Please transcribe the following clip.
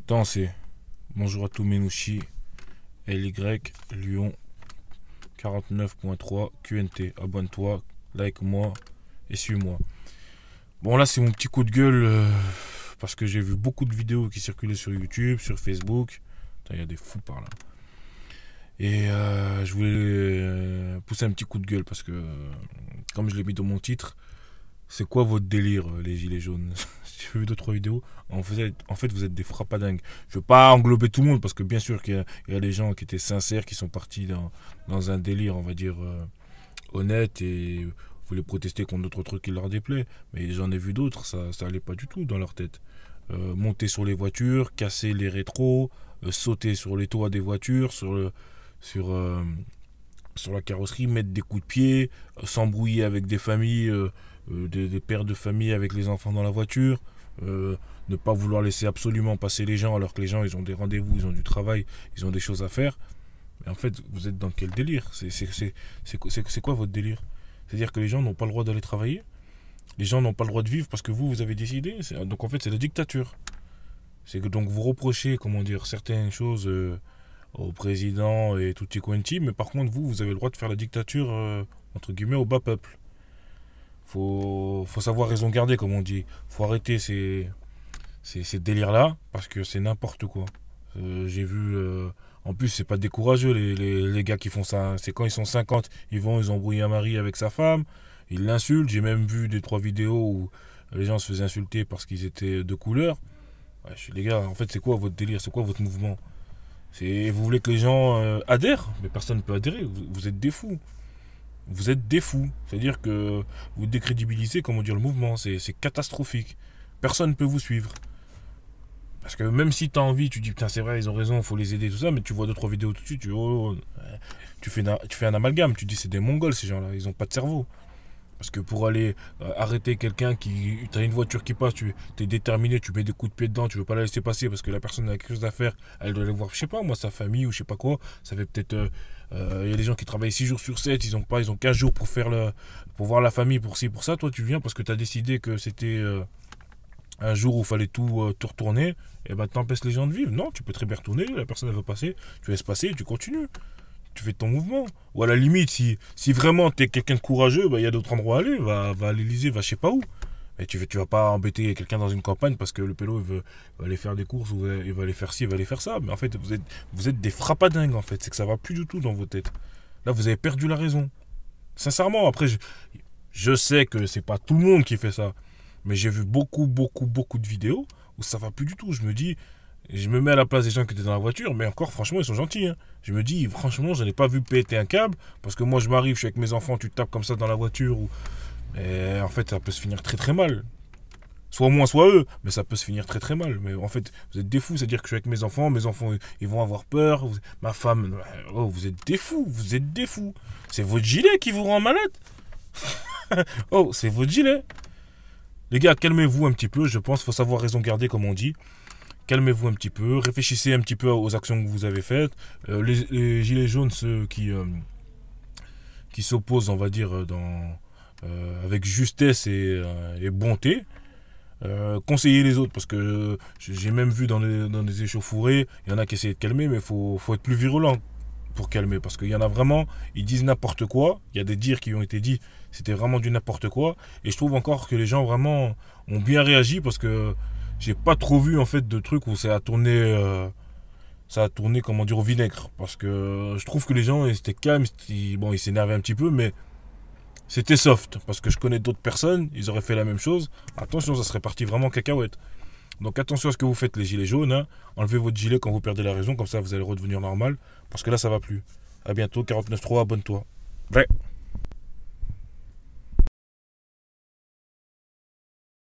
Attends, c'est bonjour à tous Menouchi, LY, Lyon, 49.3, QNT. Abonne-toi, like-moi et suis-moi. Bon, là, c'est mon petit coup de gueule parce que j'ai vu beaucoup de vidéos qui circulaient sur YouTube, sur Facebook. Il y a des fous par là. Et je voulais pousser un petit coup de gueule parce que, comme je l'ai mis dans mon titre, c'est quoi votre délire, les gilets jaunes? J'ai vu 2-3 vidéos. En fait, vous êtes des frappadingues. Je veux pas englober tout le monde parce que bien sûr qu'il y a des gens qui étaient sincères, qui sont partis dans un délire, on va dire, honnête et voulaient protester contre d'autres trucs qui leur déplaît. Mais j'en ai vu d'autres, ça allait pas du tout dans leur tête. Monter sur les voitures, casser les rétros, sauter sur les toits des voitures, sur la carrosserie, mettre des coups de pied, s'embrouiller avec des familles, des pères de famille avec les enfants dans la voiture, ne pas vouloir laisser absolument passer les gens alors que les gens ils ont des rendez-vous, ils ont du travail, ils ont des choses à faire. Mais en fait, vous êtes dans quel délire? C'est quoi votre délire? C'est-à-dire que les gens n'ont pas le droit d'aller travailler, les gens n'ont pas le droit de vivre parce que vous avez décidé. Donc en fait, c'est la dictature. C'est que donc vous reprochez, comment dire, certaines choses au président et tutti quanti, mais par contre vous avez le droit de faire la dictature entre guillemets au bas peuple. Faut savoir raison garder, comme on dit. Faut arrêter ces délires là parce que c'est n'importe quoi. J'ai vu en plus c'est pas décourageux les gars qui font ça. C'est quand ils sont 50, ils embrouillent un mari avec sa femme, ils l'insultent. J'ai même vu 2-3 vidéos où les gens se faisaient insulter parce qu'ils étaient de couleur. Ouais, les gars, en fait c'est quoi votre délire? C'est quoi votre mouvement? Vous voulez que les gens adhèrent? Mais personne ne peut adhérer, vous êtes des fous. Vous êtes des fous. C'est-à-dire que vous décrédibilisez, comment dire, le mouvement. C'est catastrophique. Personne ne peut vous suivre. Parce que même si tu as envie, tu dis putain c'est vrai, ils ont raison, il faut les aider, tout ça, mais tu vois 2-3 vidéos tout de suite, tu fais un amalgame, tu dis c'est des Mongols ces gens-là, ils ont pas de cerveau. Parce que pour aller arrêter quelqu'un t'as une voiture qui passe, tu es déterminé, tu mets des coups de pied dedans, tu veux pas la laisser passer parce que la personne a quelque chose à faire, elle doit aller voir, je sais pas moi, sa famille ou je sais pas quoi. Ça fait peut-être, y a des gens qui travaillent 6 jours sur 7, ils ont 15 jours pour pour voir la famille, pour ci, pour ça. Toi tu viens parce que tu as décidé que c'était un jour où il fallait tout retourner, et ben t'empêches les gens de vivre. Non, tu peux très bien retourner, la personne elle veut passer, tu laisses passer et tu continues. Tu fais ton mouvement. Ou à la limite, si vraiment tu es quelqu'un de courageux, il y a d'autres endroits à aller. Va à l'Elysée, va je sais pas où. Mais tu vas pas embêter quelqu'un dans une campagne parce que le pélo il va aller faire des courses, ou il va aller faire ci, il va aller faire ça. Mais en fait, vous êtes des frappadingues en fait. C'est que ça va plus du tout dans vos têtes. Là, vous avez perdu la raison. Sincèrement, après, je sais que c'est pas tout le monde qui fait ça. Mais j'ai vu beaucoup de vidéos où ça va plus du tout. Je me mets à la place des gens qui étaient dans la voiture, mais encore, franchement, ils sont gentils. Hein. Je me dis, franchement, je n'ai pas vu péter un câble, parce que moi, je m'arrive, je suis avec mes enfants, tu te tapes comme ça dans la voiture, et en fait, ça peut se finir très très mal. Soit moi, soit eux, mais ça peut se finir très très mal. Mais en fait, vous êtes des fous, c'est-à-dire que je suis avec mes enfants, ils vont avoir peur, ma femme, oh, vous êtes des fous. C'est votre gilet qui vous rend malade. Oh, c'est votre gilet. Les gars, calmez-vous un petit peu, je pense qu'il faut savoir raison garder, comme on dit. Calmez-vous un petit peu, réfléchissez un petit peu aux actions que vous avez faites. Les gilets jaunes, ceux qui s'opposent, on va dire, avec justesse et bonté, conseillez les autres, parce que j'ai même vu dans des échauffourées, il y en a qui essaient de calmer, mais il faut être plus virulent pour calmer, parce qu'il y en a vraiment, ils disent n'importe quoi, il y a des dires qui ont été dits, c'était vraiment du n'importe quoi, et je trouve encore que les gens vraiment ont bien réagi, parce que j'ai pas trop vu en fait de trucs où ça a tourné comment dire au vinaigre, parce que je trouve que les gens ils étaient calmes, ils s'énervaient un petit peu, mais c'était soft, parce que je connais d'autres personnes, ils auraient fait la même chose. Attention, ça serait parti vraiment cacahuète. Donc attention à ce que vous faites les gilets jaunes, hein. Enlevez votre gilet quand vous perdez la raison, comme ça vous allez redevenir normal, parce que là ça va plus. À bientôt, 49.3, abonne-toi. Ouais.